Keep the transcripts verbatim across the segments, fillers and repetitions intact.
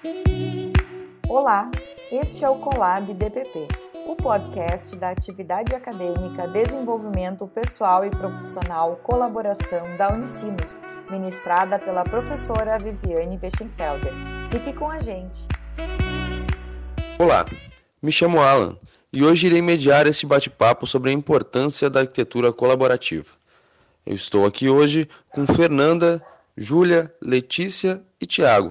Olá, este é o Colab D P P, o podcast da atividade acadêmica, desenvolvimento pessoal e profissional, colaboração da Unicinos, ministrada pela professora Viviane Weschenfelder. Fique com a gente. Olá, me chamo Alan e hoje irei mediar este bate-papo sobre a importância da arquitetura colaborativa. Eu estou aqui hoje com Fernanda, Júlia, Letícia e Tiago.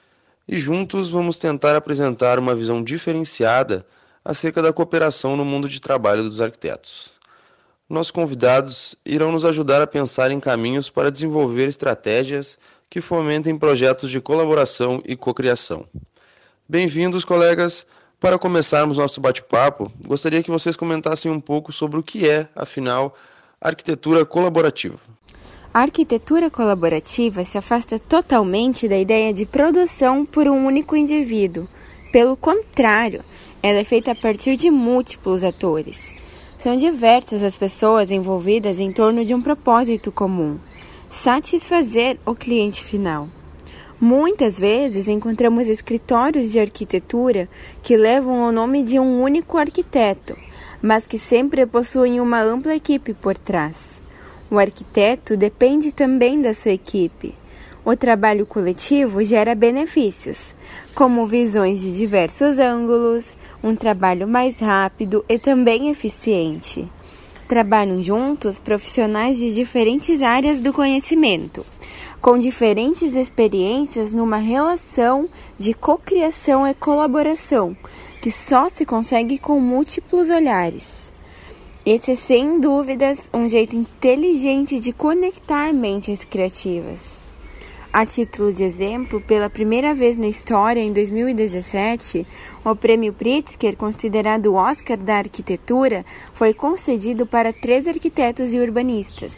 E juntos vamos tentar apresentar uma visão diferenciada acerca da cooperação no mundo de trabalho dos arquitetos. Nossos convidados irão nos ajudar a pensar em caminhos para desenvolver estratégias que fomentem projetos de colaboração e cocriação. Bem-vindos, colegas! Para começarmos nosso bate-papo, gostaria que vocês comentassem um pouco sobre o que é, afinal, a arquitetura colaborativa. A arquitetura colaborativa se afasta totalmente da ideia de produção por um único indivíduo. Pelo contrário, ela é feita a partir de múltiplos atores. São diversas as pessoas envolvidas em torno de um propósito comum: satisfazer o cliente final. Muitas vezes encontramos escritórios de arquitetura que levam o nome de um único arquiteto, mas que sempre possuem uma ampla equipe por trás. O arquiteto depende também da sua equipe. O trabalho coletivo gera benefícios, como visões de diversos ângulos, um trabalho mais rápido e também eficiente. Trabalham juntos profissionais de diferentes áreas do conhecimento, com diferentes experiências numa relação de cocriação e colaboração, que só se consegue com múltiplos olhares. Esse é, sem dúvidas, um jeito inteligente de conectar mentes criativas. A título de exemplo, pela primeira vez na história, em dois mil e dezessete, o Prêmio Pritzker, considerado o Oscar da arquitetura, foi concedido para três arquitetos e urbanistas.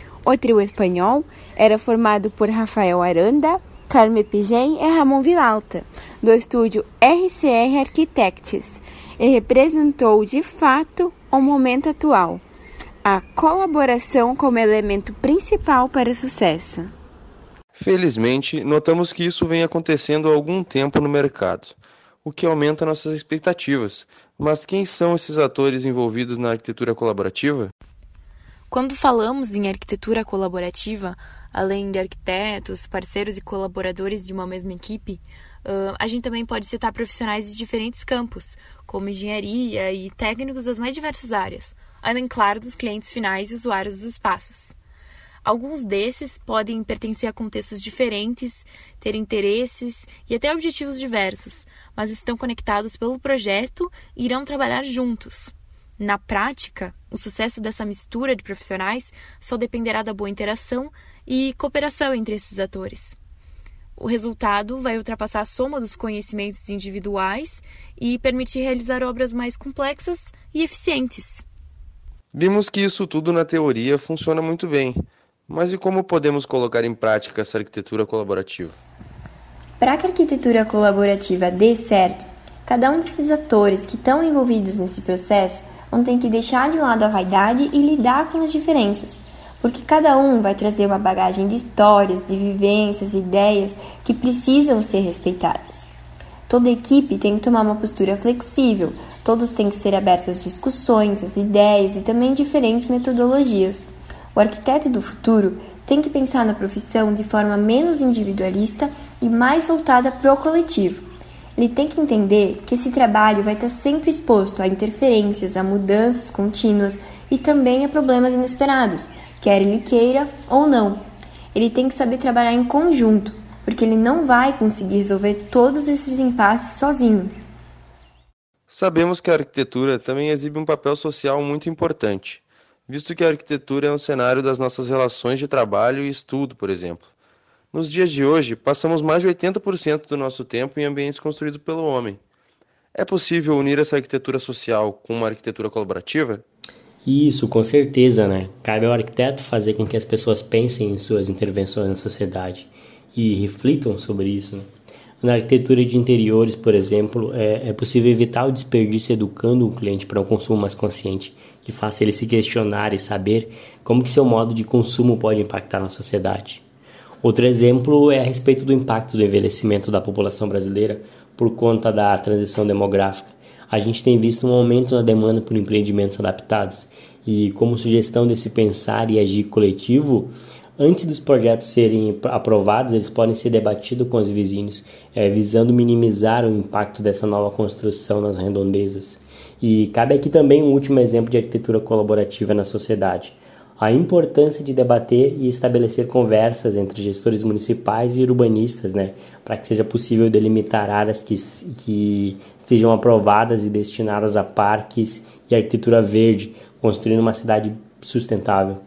O trio espanhol era formado por Rafael Aranda, Carme Pigem e Ramon Vilalta, do estúdio R C R Architects, e representou, de fato, o momento atual, a colaboração como elemento principal para o sucesso. Felizmente, notamos que isso vem acontecendo há algum tempo no mercado, o que aumenta nossas expectativas. Mas quem são esses atores envolvidos na arquitetura colaborativa? Quando falamos em arquitetura colaborativa, além de arquitetos, parceiros e colaboradores de uma mesma equipe, uh, a gente também pode citar profissionais de diferentes campos, como engenharia e técnicos das mais diversas áreas, além, claro, dos clientes finais e usuários dos espaços. Alguns desses podem pertencer a contextos diferentes, ter interesses e até objetivos diversos, mas estão conectados pelo projeto e irão trabalhar juntos. Na prática, o sucesso dessa mistura de profissionais só dependerá da boa interação e cooperação entre esses atores. O resultado vai ultrapassar a soma dos conhecimentos individuais e permitir realizar obras mais complexas e eficientes. Vimos que isso tudo na teoria funciona muito bem, mas e como podemos colocar em prática essa arquitetura colaborativa? Para que a arquitetura colaborativa dê certo, cada um desses atores que estão envolvidos nesse processo vão ter que deixar de lado a vaidade e lidar com as diferenças, porque cada um vai trazer uma bagagem de histórias, de vivências, ideias que precisam ser respeitadas. Toda equipe tem que tomar uma postura flexível, todos têm que ser abertos às discussões, às ideias e também diferentes metodologias. O arquiteto do futuro tem que pensar na profissão de forma menos individualista e mais voltada para o coletivo. Ele tem que entender que esse trabalho vai estar sempre exposto a interferências, a mudanças contínuas e também a problemas inesperados, quer ele queira ou não. Ele tem que saber trabalhar em conjunto, porque ele não vai conseguir resolver todos esses impasses sozinho. Sabemos que a arquitetura também exibe um papel social muito importante, visto que a arquitetura é um cenário das nossas relações de trabalho e estudo, por exemplo. Nos dias de hoje, passamos mais de oitenta por cento do nosso tempo em ambientes construídos pelo homem. É possível unir essa arquitetura social com uma arquitetura colaborativa? Isso, com certeza, né? Cabe ao arquiteto fazer com que as pessoas pensem em suas intervenções na sociedade e reflitam sobre isso, né? Na arquitetura de interiores, por exemplo, é, é possível evitar o desperdício educando o cliente para um consumo mais consciente, que faça ele se questionar e saber como que seu modo de consumo pode impactar na sociedade. Outro exemplo é a respeito do impacto do envelhecimento da população brasileira por conta da transição demográfica. A gente tem visto um aumento na demanda por empreendimentos adaptados e, como sugestão desse pensar e agir coletivo, antes dos projetos serem aprovados, eles podem ser debatidos com os vizinhos, é, visando minimizar o impacto dessa nova construção nas redondezas. E cabe aqui também um último exemplo de arquitetura colaborativa na sociedade: a importância de debater e estabelecer conversas entre gestores municipais e urbanistas, né, para que seja possível delimitar áreas que, que sejam aprovadas e destinadas a parques e arquitetura verde, construindo uma cidade sustentável.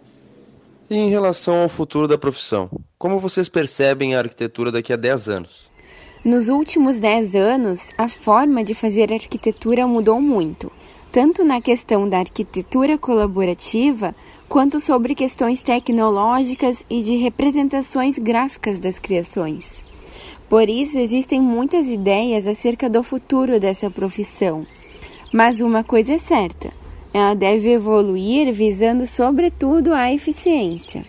E em relação ao futuro da profissão, como vocês percebem a arquitetura daqui a dez anos? Nos últimos dez anos, a forma de fazer arquitetura mudou muito, tanto na questão da arquitetura colaborativa, quanto sobre questões tecnológicas e de representações gráficas das criações. Por isso, existem muitas ideias acerca do futuro dessa profissão. Mas uma coisa é certa: ela deve evoluir visando, sobretudo, a eficiência.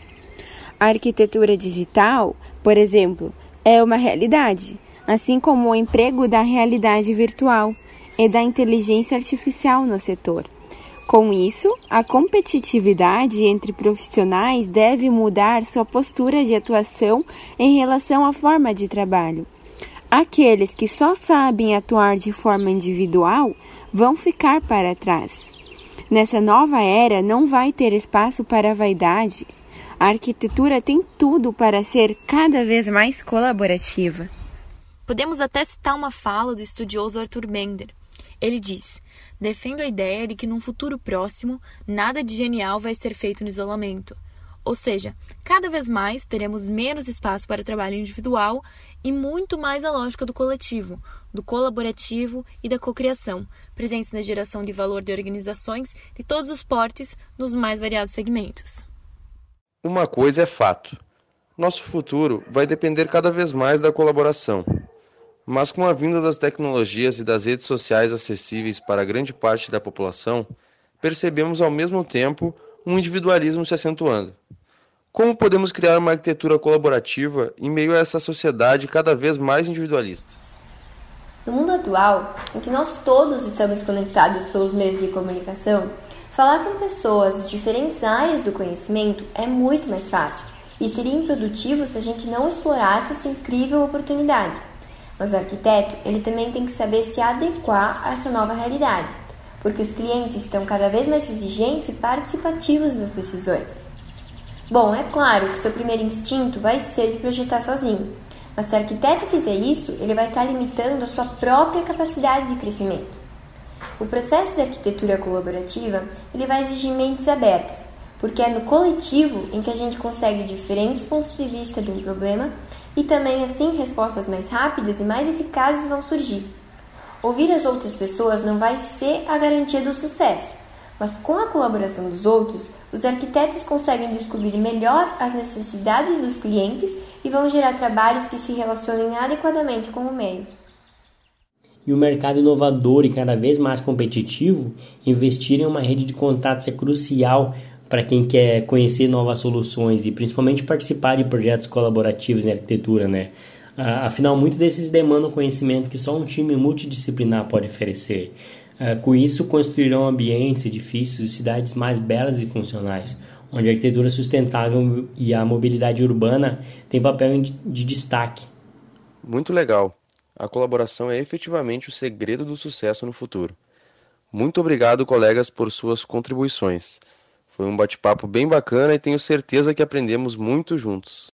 A arquitetura digital, por exemplo, é uma realidade, assim como o emprego da realidade virtual e da inteligência artificial no setor. Com isso, a competitividade entre profissionais deve mudar sua postura de atuação em relação à forma de trabalho. Aqueles que só sabem atuar de forma individual vão ficar para trás. Nessa nova era, não vai ter espaço para a vaidade. A arquitetura tem tudo para ser cada vez mais colaborativa. Podemos até citar uma fala do estudioso Arthur Bender. Ele diz: defendo a ideia de que num futuro próximo, nada de genial vai ser feito no isolamento. Ou seja, cada vez mais teremos menos espaço para trabalho individual e muito mais a lógica do coletivo, do colaborativo e da cocriação, presentes na geração de valor de organizações de todos os portes nos mais variados segmentos. Uma coisa é fato: nosso futuro vai depender cada vez mais da colaboração. Mas com a vinda das tecnologias e das redes sociais acessíveis para grande parte da população, percebemos ao mesmo tempo um individualismo se acentuando. Como podemos criar uma arquitetura colaborativa em meio a essa sociedade cada vez mais individualista? No mundo atual, em que nós todos estamos conectados pelos meios de comunicação, falar com pessoas de diferentes áreas do conhecimento é muito mais fácil e seria improdutivo se a gente não explorasse essa incrível oportunidade. Mas o arquiteto, ele também tem que saber se adequar a essa nova realidade, porque os clientes estão cada vez mais exigentes e participativos nas decisões. Bom, é claro que seu primeiro instinto vai ser de projetar sozinho, mas se o arquiteto fizer isso, ele vai estar limitando a sua própria capacidade de crescimento. O processo de arquitetura colaborativa, ele vai exigir mentes abertas, porque é no coletivo em que a gente consegue diferentes pontos de vista de um problema e também, assim, respostas mais rápidas e mais eficazes vão surgir. Ouvir as outras pessoas não vai ser a garantia do sucesso, mas com a colaboração dos outros, os arquitetos conseguem descobrir melhor as necessidades dos clientes e vão gerar trabalhos que se relacionem adequadamente com o meio. E o mercado inovador e cada vez mais competitivo, investir em uma rede de contatos é crucial para quem quer conhecer novas soluções e principalmente participar de projetos colaborativos em arquitetura, né? Afinal, muitos desses demandam conhecimento que só um time multidisciplinar pode oferecer. Com isso, construirão ambientes, edifícios e cidades mais belas e funcionais, onde a arquitetura sustentável e a mobilidade urbana têm papel de destaque. Muito legal. A colaboração é efetivamente o segredo do sucesso no futuro. Muito obrigado, colegas, por suas contribuições. Foi um bate-papo bem bacana e tenho certeza que aprendemos muito juntos.